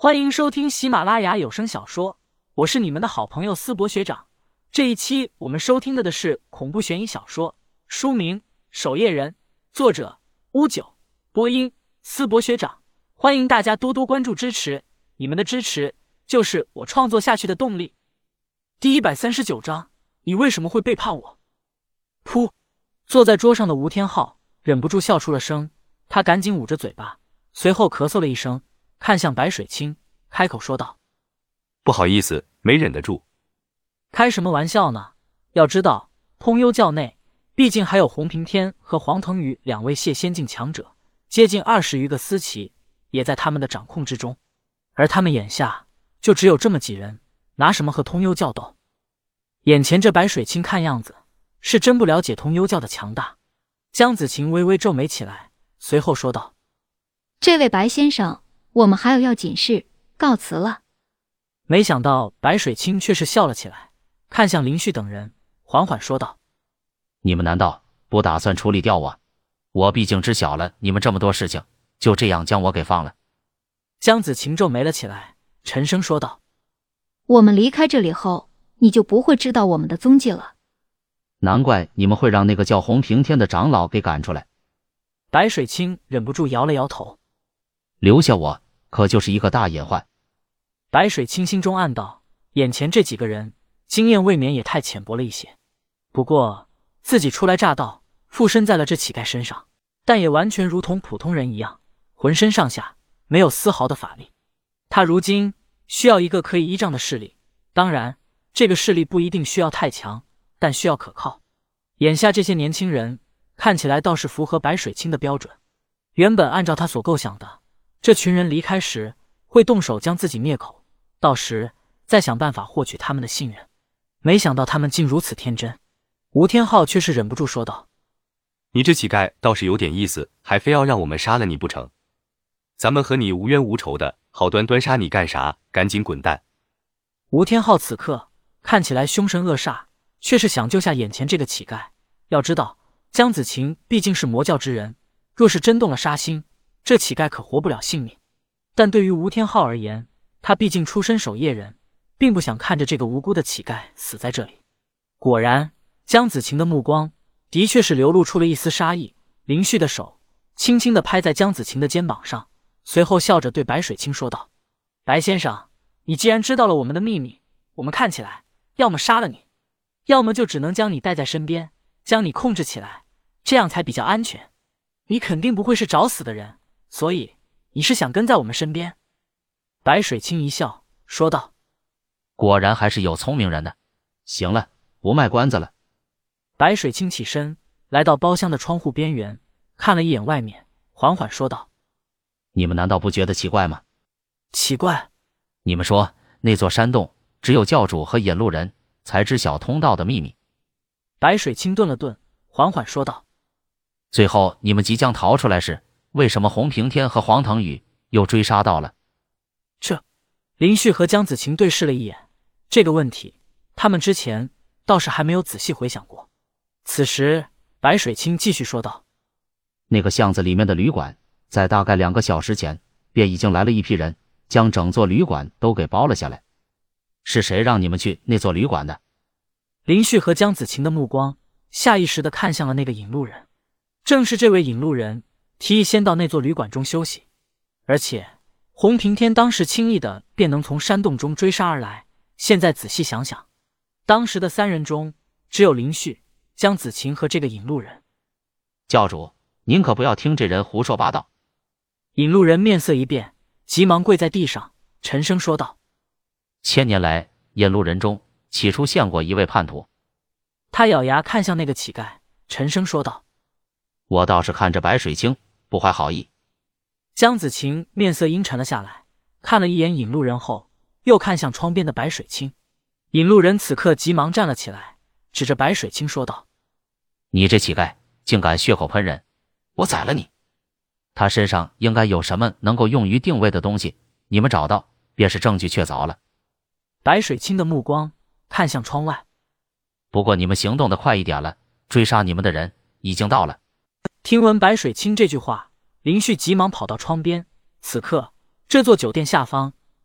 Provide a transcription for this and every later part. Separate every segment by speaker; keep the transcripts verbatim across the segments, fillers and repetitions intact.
Speaker 1: 欢迎收听喜马拉雅有声小说，我是你们的好朋友思博学长。这一期我们收听的的是恐怖悬疑小说，书名《守夜人》，作者乌九，播音思博学长。欢迎大家多多关注支持，你们的支持就是我创作下去的动力。第一百三十九章，你为什么会背叛我？噗！坐在桌上的吴天昊忍不住笑出了声，他赶紧捂着嘴巴，随后咳嗽了一声，看向白水清，开口说道：
Speaker 2: 不好意思，没忍得住。
Speaker 1: 开什么玩笑呢？要知道通幽教内毕竟还有洪平天和黄腾宇两位谢仙境强者，接近二十余个司棋也在他们的掌控之中，而他们眼下就只有这么几人，拿什么和通幽教斗？眼前这白水清看样子是真不了解通幽教的强大。江子晴微微皱眉起来，随后说道：
Speaker 3: 这位白先生，我们还有要紧事，告辞了。
Speaker 1: 没想到白水清却是笑了起来，看向林旭等人，缓缓说道：
Speaker 4: 你们难道不打算处理掉我？我毕竟知晓了你们这么多事情，就这样将我给放了？
Speaker 1: 江子晴皱眉了起来，沉声说道：
Speaker 3: 我们离开这里后，你就不会知道我们的踪迹了。
Speaker 4: 难怪你们会让那个叫洪平天的长老给赶出来。
Speaker 1: 白水清忍不住摇了摇头，
Speaker 4: 留下我可就是一个大隐患。
Speaker 1: 白水清心中暗道，眼前这几个人经验未免也太浅薄了一些。不过自己初来乍到，附身在了这乞丐身上，但也完全如同普通人一样，浑身上下没有丝毫的法力。他如今需要一个可以依仗的势力，当然这个势力不一定需要太强，但需要可靠。眼下这些年轻人看起来倒是符合白水清的标准。原本按照他所构想的，这群人离开时会动手将自己灭口，到时再想办法获取他们的信任。没想到他们竟如此天真。吴天昊却是忍不住说道：
Speaker 2: 你这乞丐倒是有点意思，还非要让我们杀了你不成？咱们和你无冤无仇的，好端端杀你干啥？赶紧滚蛋！
Speaker 1: 吴天昊此刻看起来凶神恶煞，却是想救下眼前这个乞丐。要知道江子晴毕竟是魔教之人，若是真动了杀心，这乞丐可活不了性命。但对于吴天昊而言，他毕竟出身守夜人，并不想看着这个无辜的乞丐死在这里。果然江子晴的目光的确是流露出了一丝杀意，林旭的手轻轻地拍在江子晴的肩膀上，随后笑着对白水清说道：白先生，你既然知道了我们的秘密，我们看起来要么杀了你，要么就只能将你带在身边，将你控制起来，这样才比较安全。你肯定不会是找死的人，所以你是想跟在我们身边？白水清一笑说道：
Speaker 4: 果然还是有聪明人的。行了，不卖关子了。
Speaker 1: 白水清起身来到包厢的窗户边缘，看了一眼外面，缓缓说道：
Speaker 4: 你们难道不觉得奇怪吗？
Speaker 1: 奇怪？
Speaker 4: 你们说那座山洞只有教主和引路人才知晓通道的秘密。
Speaker 1: 白水清顿了顿，缓缓说道：
Speaker 4: 最后你们即将逃出来时，为什么洪平天和黄腾宇又追杀到了？
Speaker 1: 这林旭和江子晴对视了一眼，这个问题他们之前倒是还没有仔细回想过。此时白水清继续说道：
Speaker 4: 那个巷子里面的旅馆，在大概两个小时前便已经来了一批人，将整座旅馆都给包了下来。是谁让你们去那座旅馆的？
Speaker 1: 林旭和江子晴的目光下意识地看向了那个引路人。正是这位引路人提议先到那座旅馆中休息，而且洪平天当时轻易的便能从山洞中追杀而来。现在仔细想想，当时的三人中只有林旭、江子晴和这个引路人。
Speaker 4: 教主，您可不要听这人胡说八道。
Speaker 1: 引路人面色一变，急忙跪在地上，沉声说道：
Speaker 4: 千年来引路人中起初现过一位叛徒。
Speaker 1: 他咬牙看向那个乞丐，沉声说道：
Speaker 4: 我倒是看着白水清不怀好意。
Speaker 1: 江子晴面色阴沉了下来，看了一眼引路人后，又看向窗边的白水清。引路人此刻急忙站了起来，指着白水清说道：
Speaker 4: 你这乞丐竟敢血口喷人，我宰了你！他身上应该有什么能够用于定位的东西，你们找到便是证据确凿了。
Speaker 1: 白水清的目光看向窗外。
Speaker 4: 不过你们行动的快一点了，追杀你们的人已经到了。
Speaker 1: 听闻白水清这句话，林旭急忙跑到窗边。此刻这座酒店下方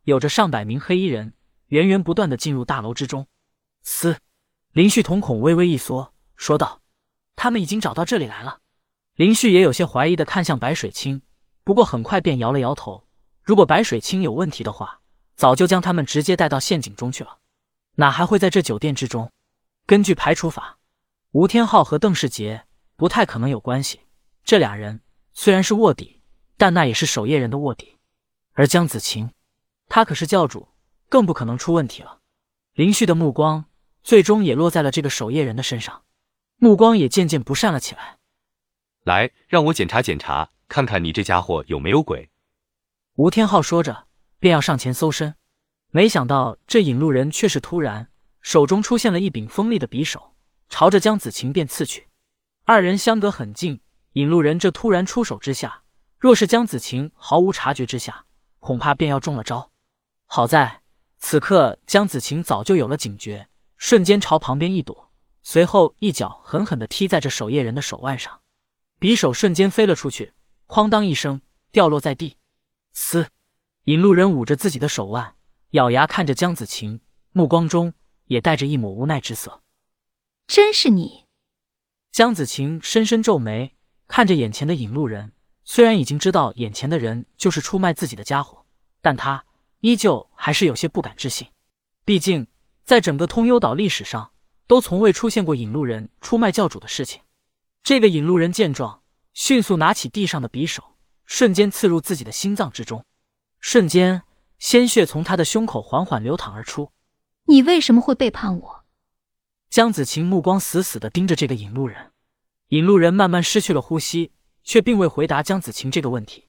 Speaker 1: 有着上百名黑衣人源源不断地进入大楼之中。嘶！林旭瞳孔微微一缩，说道：“他们已经找到这里来了。”林旭也有些怀疑地看向白水清，不过很快便摇了摇头。如果白水清有问题的话，早就将他们直接带到陷阱中去了，哪还会在这酒店之中？根据排除法，吴天昊和邓世杰不太可能有关系。这俩人虽然是卧底，但那也是守夜人的卧底。而江子晴，他可是教主，更不可能出问题了。林旭的目光最终也落在了这个守夜人的身上，目光也渐渐不善了起来。
Speaker 2: 来，让我检查检查，看看你这家伙有没有鬼。
Speaker 1: 吴天昊说着，便要上前搜身，没想到这引路人却是突然手中出现了一柄锋利的匕首，朝着江子晴便刺去。二人相隔很近，引路人这突然出手之下，若是江子晴毫无察觉之下，恐怕便要中了招。好在此刻江子晴早就有了警觉，瞬间朝旁边一躲，随后一脚狠狠地踢在这守夜人的手腕上，匕首瞬间飞了出去，哐当一声掉落在地。嘶！引路人捂着自己的手腕，咬牙看着江子晴，目光中也带着一抹无奈之色。
Speaker 3: 真是你！
Speaker 1: 江子晴深深皱眉，看着眼前的引路人，虽然已经知道眼前的人就是出卖自己的家伙，但他依旧还是有些不敢置信。毕竟在整个通幽岛历史上，都从未出现过引路人出卖教主的事情。这个引路人见状，迅速拿起地上的匕首，瞬间刺入自己的心脏之中。瞬间，鲜血从他的胸口缓缓流淌而出。
Speaker 3: 你为什么会背叛我？
Speaker 1: 江子晴目光死死地盯着这个引路人。引路人慢慢失去了呼吸，却并未回答江子晴这个问题。